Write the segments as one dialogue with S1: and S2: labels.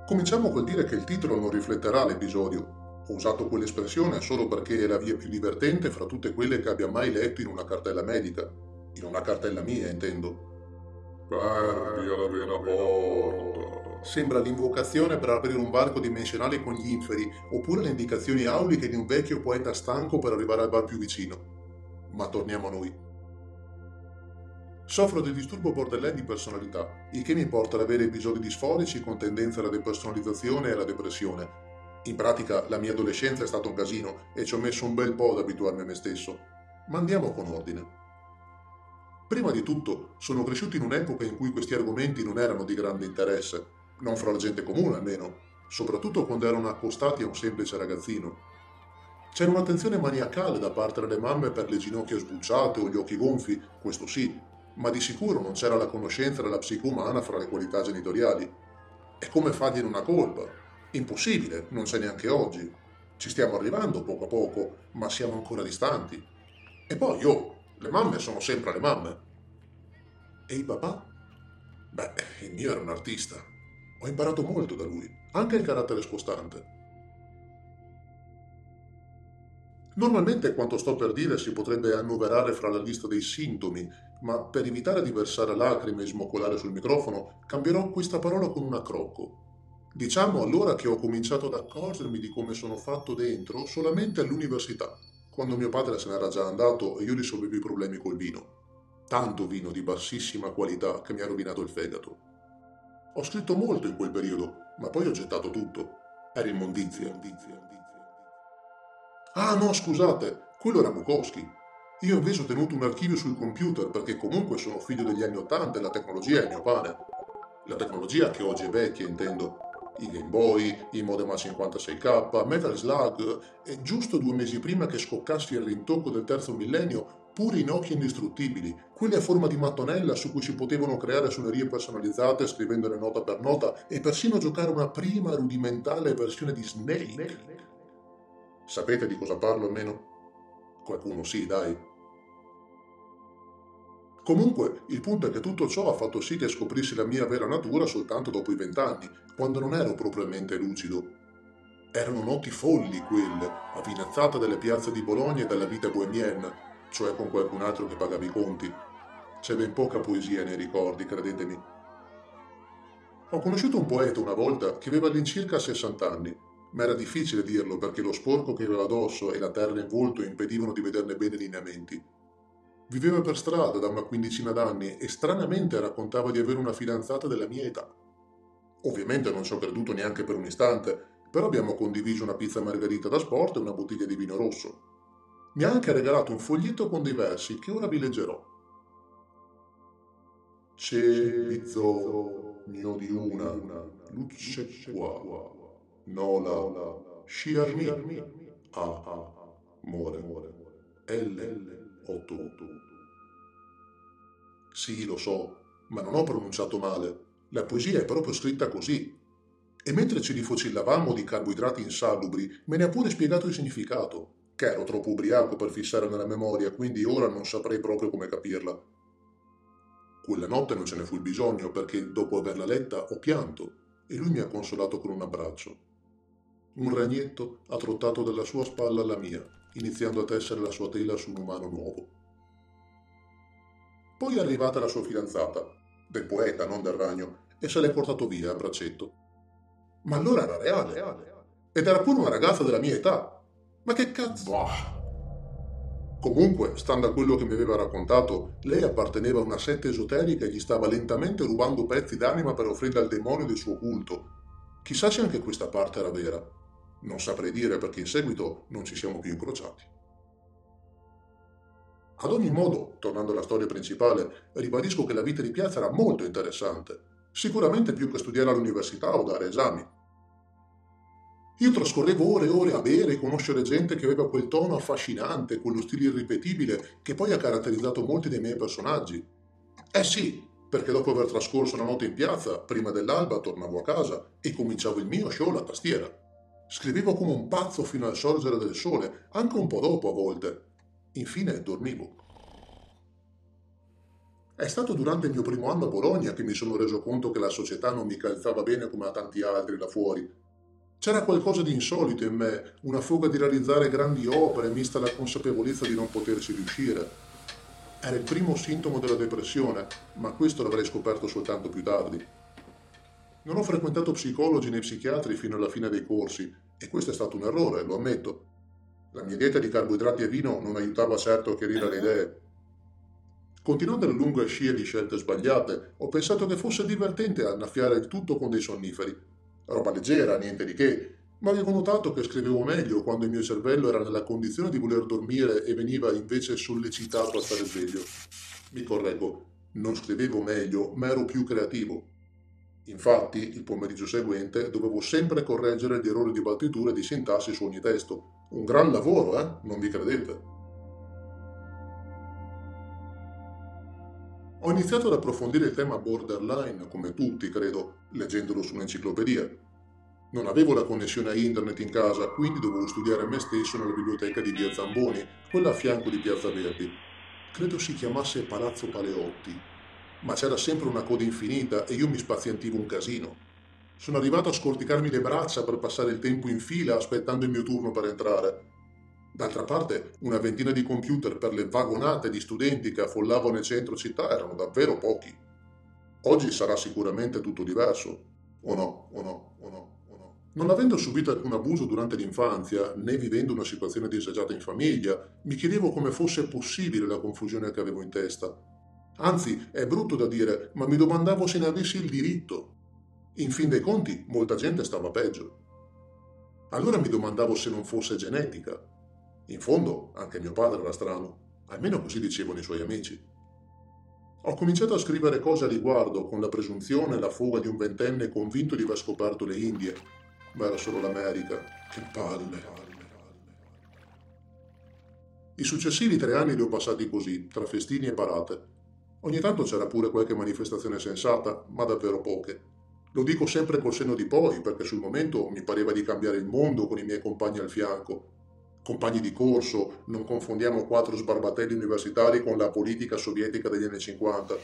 S1: Cominciamo col dire che il titolo non rifletterà l'episodio. Ho usato quell'espressione solo perché è la via più divertente fra tutte quelle che abbia mai letto in una cartella medica. In una cartella mia, intendo.
S2: Perdi alla vena porta.
S1: Sembra l'invocazione per aprire un varco dimensionale con gli inferi, oppure le indicazioni auliche di un vecchio poeta stanco per arrivare al bar più vicino. Ma torniamo a noi. Soffro del disturbo borderline di personalità, il che mi porta ad avere episodi disforici con tendenza alla depersonalizzazione e alla depressione. In pratica, la mia adolescenza è stata un casino e ci ho messo un bel po' ad abituarmi a me stesso. Ma andiamo con ordine. Prima di tutto, sono cresciuto in un'epoca in cui questi argomenti non erano di grande interesse, non fra la gente comune almeno, soprattutto quando erano accostati a un semplice ragazzino. C'era un'attenzione maniacale da parte delle mamme per le ginocchia sbucciate o gli occhi gonfi, questo sì, ma di sicuro non c'era la conoscenza della psiche umana fra le qualità genitoriali. E come fargliene una colpa? Impossibile, non c'è neanche oggi. Ci stiamo arrivando poco a poco, ma siamo ancora distanti. E poi, le mamme sono sempre le mamme. E il papà? Beh, il mio era un artista. Ho imparato molto da lui, anche il carattere scostante. Normalmente quanto sto per dire si potrebbe annoverare fra la lista dei sintomi, ma per evitare di versare lacrime e smoccolare sul microfono, cambierò questa parola con un accrocco. Diciamo allora che ho cominciato ad accorgermi di come sono fatto dentro solamente all'università, quando mio padre se n'era già andato e io risolvevo i problemi col vino. Tanto vino di bassissima qualità che mi ha rovinato il fegato. Ho scritto molto in quel periodo, ma poi ho gettato tutto. Era immondizia. Ah no, scusate, quello era Bukowski. Io invece ho tenuto un archivio sul computer perché comunque sono figlio degli anni '80 e la tecnologia è il mio pane. La tecnologia che oggi è vecchia, intendo. I Game Boy, i modem a 56K, Metal Slug e giusto 2 mesi prima che scoccassi il rintocco del terzo millennio, pure i Nokia indistruttibili, quelli a forma di mattonella su cui si potevano creare suonerie personalizzate scrivendole nota per nota e persino giocare una prima rudimentale versione di Snake. Sapete di cosa parlo almeno? Qualcuno sì, dai. Comunque, il punto è che tutto ciò ha fatto sì che scoprissi la mia vera natura soltanto dopo i 20 anni, quando non ero propriamente lucido. Erano notti folli quelle, avvinazzate dalle piazze di Bologna e dalla vita bohemienne, cioè con qualcun altro che pagava i conti. C'è ben poca poesia nei ricordi, credetemi. Ho conosciuto un poeta una volta che aveva all'incirca 60 anni, ma era difficile dirlo perché lo sporco che aveva addosso e la terra in volto impedivano di vederne bene i lineamenti. Viveva per strada da una quindicina d'anni e stranamente raccontava di avere una fidanzata della mia età. Ovviamente non ci ho creduto neanche per un istante, però abbiamo condiviso una pizza margherita da sport e una bottiglia di vino rosso. Mi ha anche regalato un foglietto con dei versi che ora vi leggerò. C'è bisogno di una luce qua, nola, sciarmi, amore, L8. Sì, lo so, ma non ho pronunciato male. La poesia è proprio scritta così. E mentre ci rifocillavamo di carboidrati insalubri, me ne ha pure spiegato il significato, che ero troppo ubriaco per fissare nella memoria, quindi ora non saprei proprio come capirla. Quella notte non ce ne fu il bisogno perché dopo averla letta ho pianto e lui mi ha consolato con un abbraccio. Un ragnetto ha trottato dalla sua spalla alla mia, iniziando a tessere la sua tela su un umano nuovo. Poi è arrivata la sua fidanzata, del poeta, non del ragno, e se l'è portato via a braccetto. Ma allora era reale. Ed era pure una ragazza della mia età. Ma che cazzo?
S2: Bah.
S1: Comunque, stando a quello che mi aveva raccontato, lei apparteneva a una setta esoterica e gli stava lentamente rubando pezzi d'anima per offrirli al demonio del suo culto. Chissà se anche questa parte era vera. Non saprei dire perché in seguito non ci siamo più incrociati. Ad ogni modo, tornando alla storia principale, ribadisco che la vita di piazza era molto interessante, sicuramente più che studiare all'università o dare esami. Io trascorrevo ore e ore a bere e conoscere gente che aveva quel tono affascinante, quello stile irripetibile che poi ha caratterizzato molti dei miei personaggi. Eh sì, perché dopo aver trascorso una notte in piazza, prima dell'alba tornavo a casa e cominciavo il mio show alla tastiera. Scrivevo come un pazzo fino al sorgere del sole, anche un po' dopo a volte. Infine dormivo. È stato durante il mio primo anno a Bologna che mi sono reso conto che la società non mi calzava bene come a tanti altri là fuori. C'era qualcosa di insolito in me, una foga di realizzare grandi opere mista alla consapevolezza di non poterci riuscire. Era il primo sintomo della depressione, ma questo l'avrei scoperto soltanto più tardi. Non ho frequentato psicologi né psichiatri fino alla fine dei corsi, e questo è stato un errore, lo ammetto. La mia dieta di carboidrati e vino non aiutava certo a chiarire le idee. Continuando la lunga scia di scelte sbagliate, ho pensato che fosse divertente annaffiare il tutto con dei sonniferi. Roba leggera, niente di che, ma avevo notato che scrivevo meglio quando il mio cervello era nella condizione di voler dormire e veniva invece sollecitato a stare sveglio. Mi correggo, non scrivevo meglio, ma ero più creativo. Infatti, il pomeriggio seguente dovevo sempre correggere gli errori di battitura e di sintassi su ogni testo. Un gran lavoro, Non vi credete? Ho iniziato ad approfondire il tema borderline, come tutti, credo, leggendolo su un'enciclopedia. Non avevo la connessione a internet in casa, quindi dovevo studiare me stesso nella biblioteca di via Zamboni, quella a fianco di Piazza Verdi. Credo si chiamasse Palazzo Paleotti, ma c'era sempre una coda infinita e io mi spazientivo un casino. Sono arrivato a scorticarmi le braccia per passare il tempo in fila aspettando il mio turno per entrare. D'altra parte, una ventina di computer per le vagonate di studenti che affollavano il centro città erano davvero pochi. Oggi sarà sicuramente tutto diverso. O no, o no, o no, o no. Non avendo subito alcun abuso durante l'infanzia, né vivendo una situazione disagiata in famiglia, mi chiedevo come fosse possibile la confusione che avevo in testa. Anzi, è brutto da dire, ma mi domandavo se ne avessi il diritto. In fin dei conti, molta gente stava peggio. Allora mi domandavo se non fosse genetica. In fondo, anche mio padre era strano, almeno così dicevano i suoi amici. Ho cominciato a scrivere cose a riguardo con la presunzione e la foga di un ventenne convinto di aver scoperto le Indie, ma era solo l'America. Che palle. I successivi 3 anni li ho passati così, tra festini e parate. Ogni tanto c'era pure qualche manifestazione sensata, ma davvero poche. Lo dico sempre col senno di poi, perché sul momento mi pareva di cambiare il mondo con i miei compagni al fianco. Compagni di corso, non confondiamo 4 sbarbatelli universitari con la politica sovietica degli anni 50.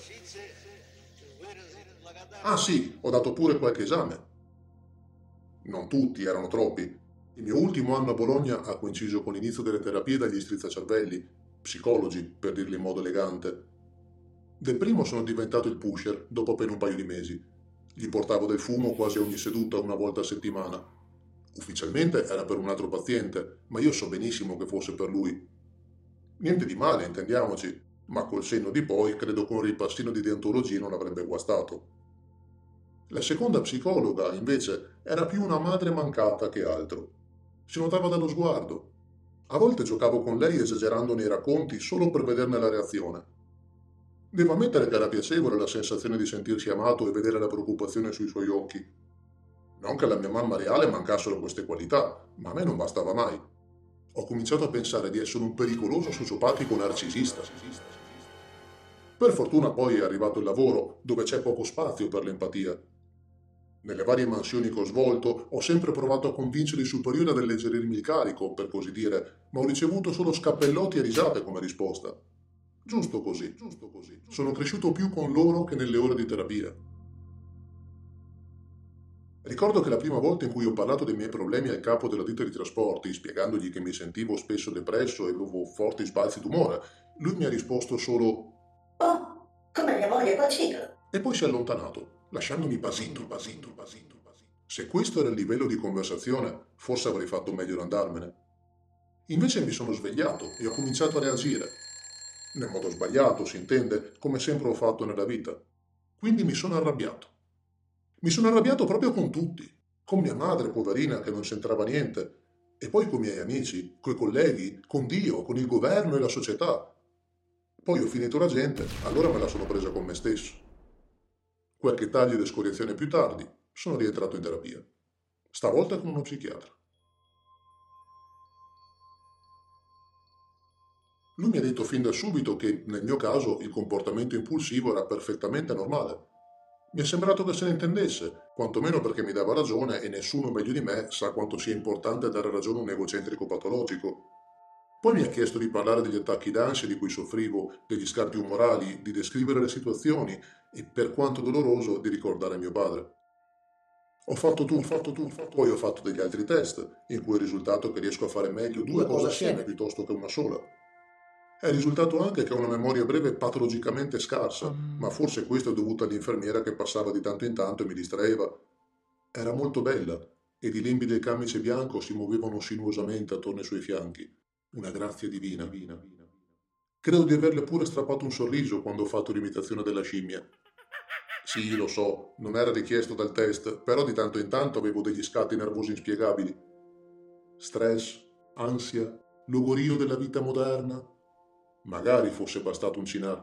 S1: Ah sì, ho dato pure qualche esame. Non tutti, erano troppi. Il mio ultimo anno a Bologna ha coinciso con l'inizio delle terapie dagli strizzacervelli, psicologi, per dirlo in modo elegante. Del primo sono diventato il pusher dopo appena un paio di mesi. Gli portavo del fumo quasi a ogni seduta una volta a settimana. Ufficialmente era per un altro paziente, ma io so benissimo che fosse per lui. Niente di male, intendiamoci, ma col senno di poi credo che un ripassino di deontologia non avrebbe guastato. La seconda psicologa, invece, era più una madre mancata che altro. Si notava dallo sguardo. A volte giocavo con lei esagerando nei racconti solo per vederne la reazione. Devo ammettere che era piacevole la sensazione di sentirsi amato e vedere la preoccupazione sui suoi occhi. Non che alla mia mamma reale mancassero queste qualità, ma a me non bastava mai. Ho cominciato a pensare di essere un pericoloso sociopatico narcisista. Per fortuna poi è arrivato il lavoro, dove c'è poco spazio per l'empatia. Nelle varie mansioni che ho svolto ho sempre provato a convincere i superiori ad alleggerirmi il carico, per così dire, ma ho ricevuto solo scappellotti e risate come risposta. Giusto così, giusto così. Sono cresciuto più con loro che nelle ore di terapia. Ricordo che la prima volta in cui ho parlato dei miei problemi al capo della ditta di trasporti, spiegandogli che mi sentivo spesso depresso e avevo forti sbalzi d'umore, lui mi ha risposto solo
S3: Oh, come mia moglie col ciclo.
S1: e poi si è allontanato, lasciandomi basito. Se questo era il livello di conversazione, forse avrei fatto meglio ad andarmene. Invece mi sono svegliato e ho cominciato a reagire. Nel modo sbagliato, si intende, come sempre ho fatto nella vita. Quindi mi sono arrabbiato. Mi sono arrabbiato proprio con tutti, con mia madre, poverina, che non c'entrava niente, e poi con i miei amici, coi colleghi, con Dio, con il governo e la società. Poi ho finito la gente, allora me la sono presa con me stesso. Qualche taglio ed escoriazione più tardi, sono rientrato in terapia. Stavolta con uno psichiatra. Lui mi ha detto fin da subito che, nel mio caso, il comportamento impulsivo era perfettamente normale. Mi è sembrato che se ne intendesse, quantomeno perché mi dava ragione e nessuno meglio di me sa quanto sia importante dare ragione a un egocentrico patologico. Poi mi ha chiesto di parlare degli attacchi d'ansia di cui soffrivo, degli scatti umorali, di descrivere le situazioni e, per quanto doloroso, di ricordare mio padre. Ho fatto tutto. Poi ho fatto degli altri test, in cui è risultato che riesco a fare meglio due cose assieme piuttosto che una sola. È risultato anche che ho una memoria breve patologicamente scarsa, ma forse questo è dovuto all'infermiera che passava di tanto in tanto e mi distraeva. Era molto bella, ed i lembi del camice bianco si muovevano sinuosamente attorno ai suoi fianchi. Una grazia divina. Credo di averle pure strappato un sorriso quando ho fatto l'imitazione della scimmia. Sì, lo so, non era richiesto dal test, però di tanto in tanto avevo degli scatti nervosi inspiegabili. Stress, ansia, logorio della vita moderna. Magari fosse bastato un cinà.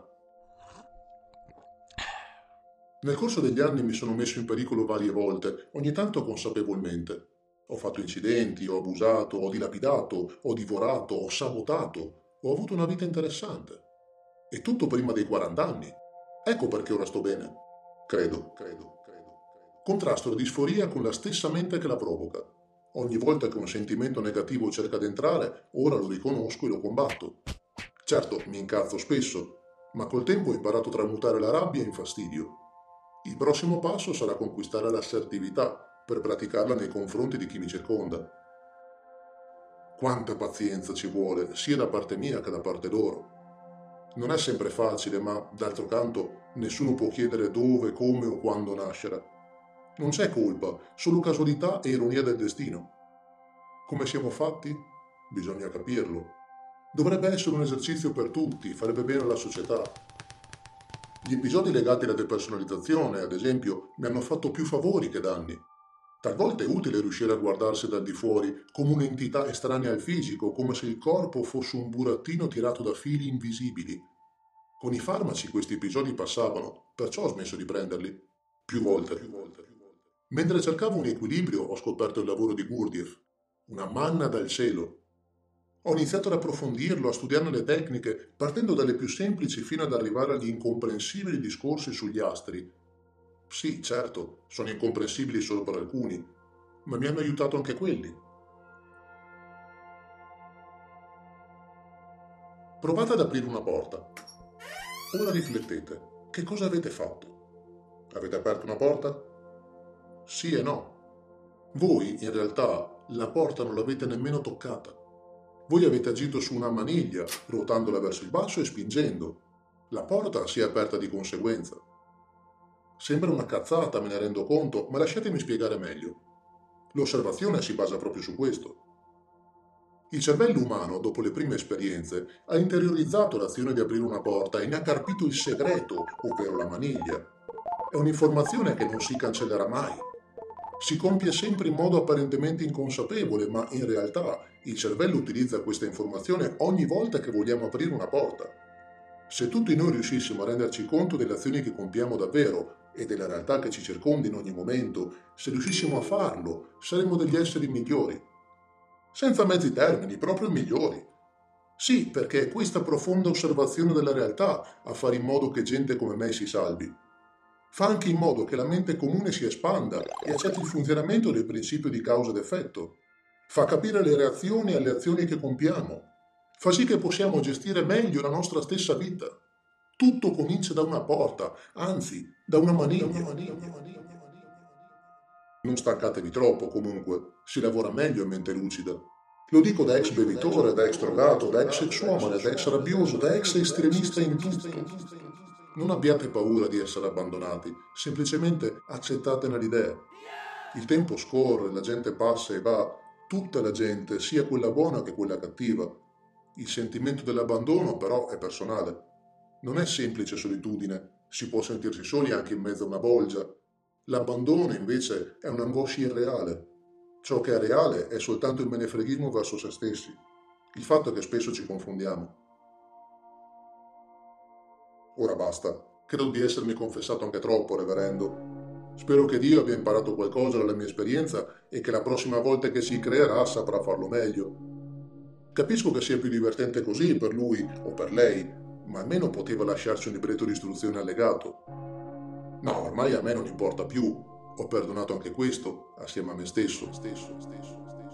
S1: Nel corso degli anni mi sono messo in pericolo varie volte, ogni tanto consapevolmente. Ho fatto incidenti, ho abusato, ho dilapidato, ho divorato, ho sabotato, ho avuto una vita interessante. E tutto prima dei 40 anni. Ecco perché ora sto bene. Credo. Contrasto la disforia con la stessa mente che la provoca. Ogni volta che un sentimento negativo cerca di entrare, ora lo riconosco e lo combatto. Certo, mi incazzo spesso, ma col tempo ho imparato a tramutare la rabbia in fastidio. Il prossimo passo sarà conquistare l'assertività per praticarla nei confronti di chi mi circonda. Quanta pazienza ci vuole, sia da parte mia che da parte loro. Non è sempre facile, ma d'altro canto nessuno può chiedere dove, come o quando nascere. Non c'è colpa, solo casualità e ironia del destino. Come siamo fatti? Bisogna capirlo. Dovrebbe essere un esercizio per tutti, farebbe bene alla società. Gli episodi legati alla depersonalizzazione, ad esempio, mi hanno fatto più favori che danni. Talvolta è utile riuscire a guardarsi dal di fuori come un'entità estranea al fisico, come se il corpo fosse un burattino tirato da fili invisibili. Con i farmaci questi episodi passavano, perciò ho smesso di prenderli. Più volte. Mentre cercavo un equilibrio ho scoperto il lavoro di Gurdjieff, una manna dal cielo. Ho iniziato ad approfondirlo, a studiarne le tecniche, partendo dalle più semplici fino ad arrivare agli incomprensibili discorsi sugli astri. Sì, certo, sono incomprensibili solo per alcuni, ma mi hanno aiutato anche quelli. Provate ad aprire una porta. Ora riflettete, che cosa avete fatto? Avete aperto una porta? Sì e no. Voi, in realtà, la porta non l'avete nemmeno toccata. Voi avete agito su una maniglia, ruotandola verso il basso e spingendo. La porta si è aperta di conseguenza. Sembra una cazzata, me ne rendo conto, ma lasciatemi spiegare meglio. L'osservazione si basa proprio su questo. Il cervello umano, dopo le prime esperienze, ha interiorizzato l'azione di aprire una porta e ne ha carpito il segreto, ovvero la maniglia. È un'informazione che non si cancellerà mai. Si compie sempre in modo apparentemente inconsapevole, ma in realtà il cervello utilizza questa informazione ogni volta che vogliamo aprire una porta. Se tutti noi riuscissimo a renderci conto delle azioni che compiamo davvero e della realtà che ci circonda in ogni momento, se riuscissimo a farlo, saremmo degli esseri migliori. Senza mezzi termini, proprio migliori. Sì, perché è questa profonda osservazione della realtà a fare in modo che gente come me si salvi. Fa anche in modo che la mente comune si espanda e accetti il funzionamento del principio di causa ed effetto. Fa capire le reazioni alle azioni che compiamo. Fa sì che possiamo gestire meglio la nostra stessa vita. Tutto comincia da una porta, anzi, da una maniglia. Non stancatevi troppo, comunque. Si lavora meglio in mente lucida. Lo dico da ex bevitore, da ex drogato, da ex sexuomane, da ex rabbioso, da ex estremista in tutto. Non abbiate paura di essere abbandonati, semplicemente accettatene l'idea. Il tempo scorre, la gente passa e va, tutta la gente, sia quella buona che quella cattiva. Il sentimento dell'abbandono però è personale. Non è semplice solitudine, si può sentirsi soli anche in mezzo a una bolgia. L'abbandono invece è un'angoscia irreale. Ciò che è reale è soltanto il menefreghismo verso se stessi. Il fatto è che spesso ci confondiamo. Ora basta. Credo di essermi confessato anche troppo, reverendo. Spero che Dio abbia imparato qualcosa dalla mia esperienza e che la prossima volta che si creerà saprà farlo meglio. Capisco che sia più divertente così per lui o per lei, ma almeno poteva lasciarci un libretto di istruzione allegato. No, ormai a me non importa più. Ho perdonato anche questo, assieme a me stesso.